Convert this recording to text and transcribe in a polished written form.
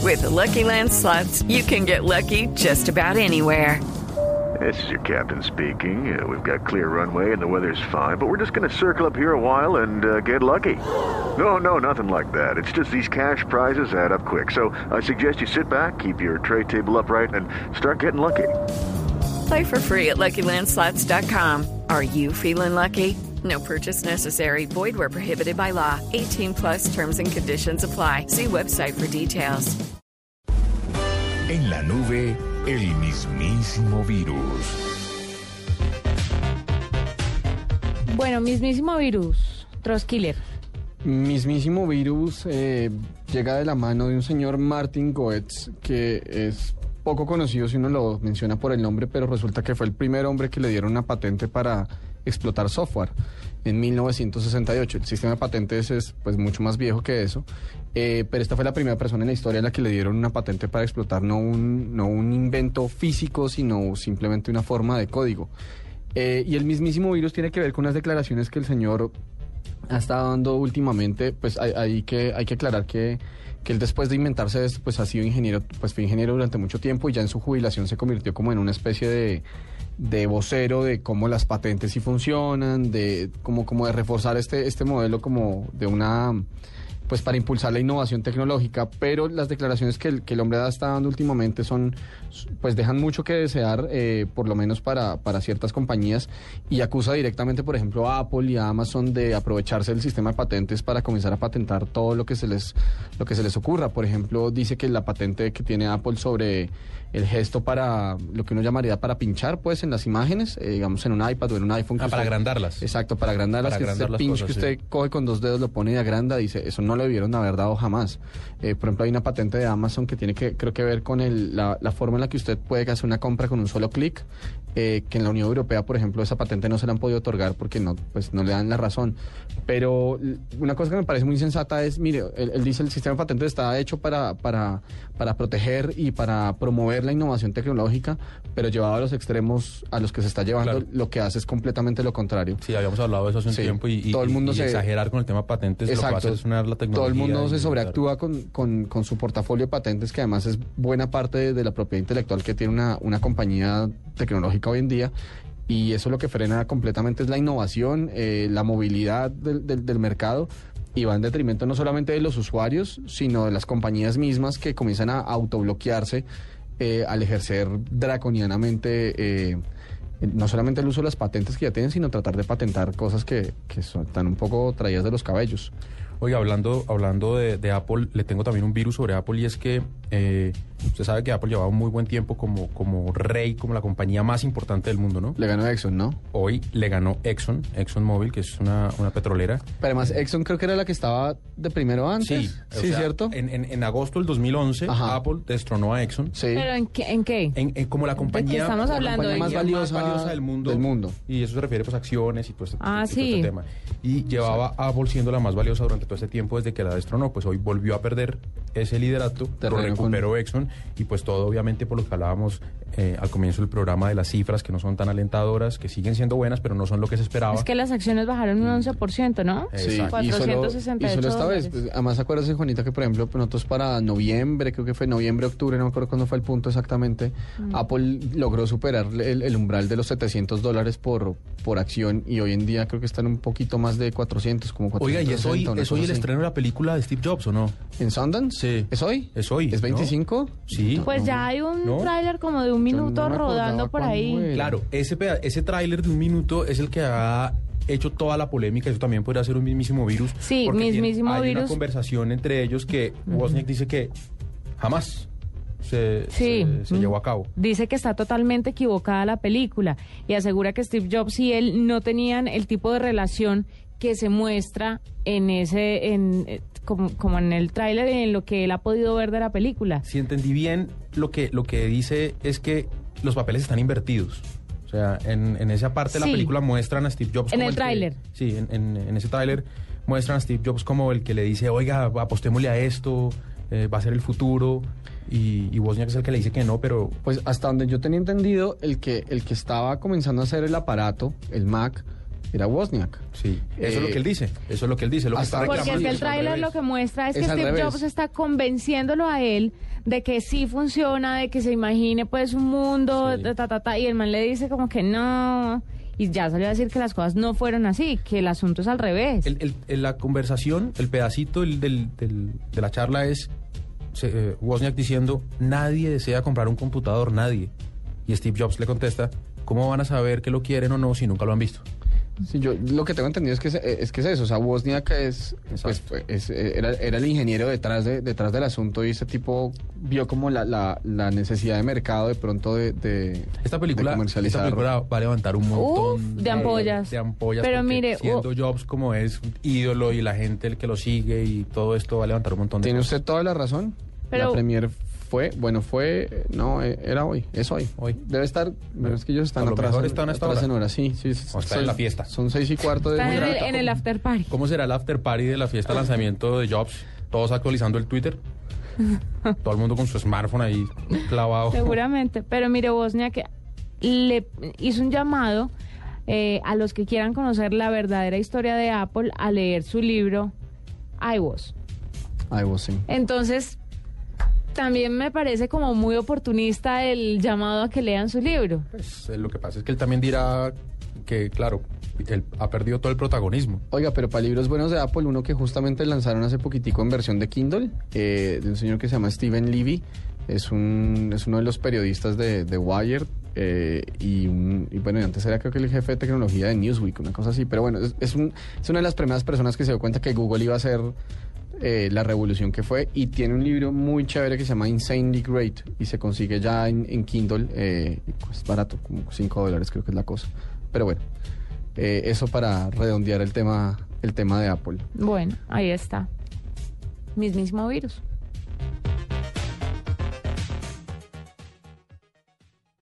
With the Lucky Land Slots, you can get lucky just about anywhere. This is your captain speaking. We've got clear runway and the weather's fine, but we're just going to circle up here a while and get lucky. No, nothing like that. It's just these cash prizes add up quick. So I suggest you sit back, keep your tray table upright, and start getting lucky. Play for free at LuckyLandSlots.com. Are you feeling lucky? No purchase necessary. Void where prohibited by law. 18 plus terms and conditions apply. See website for details. En la nube, el mismísimo virus. Bueno, mismísimo virus, Trotskiller. Mismísimo virus llega de la mano de un señor Martin Goetz, que es poco conocido si uno lo menciona por el nombre, pero resulta que fue el primer hombre que le dieron una patente para explotar software en 1968. El sistema de patentes es pues mucho más viejo que eso, pero esta fue la primera persona en la historia a la que le dieron una patente para explotar no un invento físico, sino simplemente una forma de código. Y el mismísimo virus tiene que ver con unas declaraciones que el señor ha estado dando últimamente. Pues hay que aclarar que él, después de inventarse esto, pues ha sido ingeniero, pues fue ingeniero durante mucho tiempo, y ya en su jubilación se convirtió como en una especie de vocero de cómo las patentes sí funcionan, de como de reforzar este modelo como de una, pues para impulsar la innovación tecnológica. Pero las declaraciones que el hombre está dando últimamente pues dejan mucho que desear, por lo menos para ciertas compañías, y acusa directamente, por ejemplo, a Apple y a Amazon de aprovecharse del sistema de patentes para comenzar a patentar todo lo que se les ocurra. Por ejemplo, dice que la patente que tiene Apple sobre el gesto para lo que uno llamaría para pinchar, pues, en las imágenes, digamos en un iPad o en un iPhone. Para agrandarlas. Exacto, para agrandarlas. Para agrandar las pinch cosas, que usted coge con 2 dedos, lo pone y agranda. Dice, eso no lo debieron haber dado jamás. Por ejemplo, hay una patente de Amazon que tiene creo que ver con la forma en la que usted puede hacer una compra con un solo clic, que en la Unión Europea, por ejemplo, esa patente no se la han podido otorgar porque no le dan la razón. Pero una cosa que me parece muy sensata es, mire, él dice, el sistema de patentes está hecho para proteger y para promover la innovación tecnológica, pero llevado a los extremos a los que se está llevando, claro, lo que hace es completamente lo contrario. Sí, habíamos hablado de eso hace un tiempo, y todo el mundo exagerar con el tema de patentes. Exacto, lo que hace es frenar la tecnología. Todo el mundo se sobreactúa con su portafolio de patentes, que además es buena parte de la propiedad intelectual que tiene una compañía tecnológica hoy en día. Y eso lo que frena completamente es la innovación, la movilidad del mercado, y va en detrimento no solamente de los usuarios, sino de las compañías mismas, que comienzan a autobloquearse al ejercer draconianamente no solamente el uso de las patentes que ya tienen, sino tratar de patentar cosas que están un poco traídas de los cabellos. Oiga, hablando de Apple, le tengo también un virus sobre Apple, y es que usted sabe que Apple llevaba un muy buen tiempo como rey, como la compañía más importante del mundo, ¿no? Le ganó Exxon, ¿no? Hoy le ganó ExxonMobil, que es una petrolera. Pero además Exxon creo que era la que estaba de primero antes. Sí, sí, ¿cierto? En agosto del 2011, ajá, Apple destronó a Exxon. Sí. ¿Pero en qué? En como la compañía, estamos hablando la compañía más valiosa del mundo. Y eso se refiere pues a acciones y todo este tema. Y llevaba a Apple siendo la más valiosa durante todo este tiempo, desde que la destronó. Pues hoy volvió a perder ese liderato, lo recuperó Exxon, y pues todo obviamente por lo que hablábamos al comienzo del programa, de las cifras que no son tan alentadoras, que siguen siendo buenas, pero no son lo que se esperaba. Es que las acciones bajaron un 11%, ¿no? Sí, y solo esta vez. Pues, además, acuérdate, Juanita, que por ejemplo nosotros para noviembre, creo que fue noviembre, octubre, no me acuerdo cuándo fue el punto exactamente, Apple logró superar el umbral de los $700 por acción, y hoy en día creo que están un poquito más de 400, como 460. Oiga, ¿y es hoy el estreno de la película de Steve Jobs o no? ¿En Sundance? Sí. ¿Es hoy? Es hoy. ¿Es 25? ¿No? Sí. Pues ya hay un tráiler como de un minuto rodando por ahí. Claro, ese tráiler de un minuto es el que ha hecho toda la polémica. Eso también podría ser un mismísimo virus. Sí, mismísimo virus. Hay una conversación entre ellos que Wozniak dice que jamás se llevó a cabo. Dice que está totalmente equivocada la película, y asegura que Steve Jobs y él no tenían el tipo de relación que se muestra como en el tráiler, en lo que él ha podido ver de la película. Si entendí bien, lo que dice es que los papeles están invertidos. O sea, en esa parte de la película muestran a Steve Jobs en el tráiler. Sí, en ese tráiler muestran a Steve Jobs como el que le dice, oiga, apostémosle a esto, va a ser el futuro, y Wozniak es el que le dice que no, pero... Pues hasta donde yo tenía entendido, el que estaba comenzando a hacer el aparato, el Mac, era Wozniak. Sí, eso es lo que él dice. Eso es lo que él dice. Lo que está porque reclamando es que el tráiler lo que muestra es que Steve Jobs está convenciéndolo a él de que sí funciona, de que se imagine pues un mundo, sí. y el man le dice como que no, y ya salió a decir que las cosas no fueron así, que el asunto es al revés. La conversación, el pedacito de la charla es Wozniak diciendo, nadie desea comprar un computador, nadie. Y Steve Jobs le contesta, ¿cómo van a saber que lo quieren o no si nunca lo han visto? Sí, yo lo que tengo entendido es que es eso, o sea, Wozniak era el ingeniero detrás del asunto, y ese tipo vio como la necesidad de mercado de pronto de esta película va a levantar un montón de ampollas. Pero mire, siendo Jobs como es un ídolo y la gente el que lo sigue y todo esto va a levantar un montón de ¿Tiene cosas. usted toda la razón? Pero, la premier era hoy, es hoy. Debe estar, pero es que ellos están atrás. Atrás en hora, sí. Está en la fiesta. Son 6:15 de Están en el after party. ¿Cómo será el after party de la fiesta de lanzamiento de Jobs? Todos actualizando el Twitter. Todo el mundo con su smartphone ahí clavado. Seguramente. Pero mire, Wozniak le hizo un llamado a los que quieran conocer la verdadera historia de Apple a leer su libro iWoz. Sí. Entonces, también me parece como muy oportunista el llamado a que lean su libro. Pues lo que pasa es que él también dirá que, claro, él ha perdido todo el protagonismo. Oiga, pero para libros buenos de Apple, uno que justamente lanzaron hace poquitico en versión de Kindle, de un señor que se llama Steven Levy, es uno de los periodistas de Wired, y bueno, antes era creo que el jefe de tecnología de Newsweek, una cosa así, pero bueno, es una de las primeras personas que se dio cuenta que Google iba a ser la revolución que fue, y tiene un libro muy chévere que se llama Insanely Great y se consigue ya en Kindle, pues barato, como $5 creo que es la cosa, pero bueno, eso para redondear el tema de Apple. Bueno, ahí está, mismísimo virus.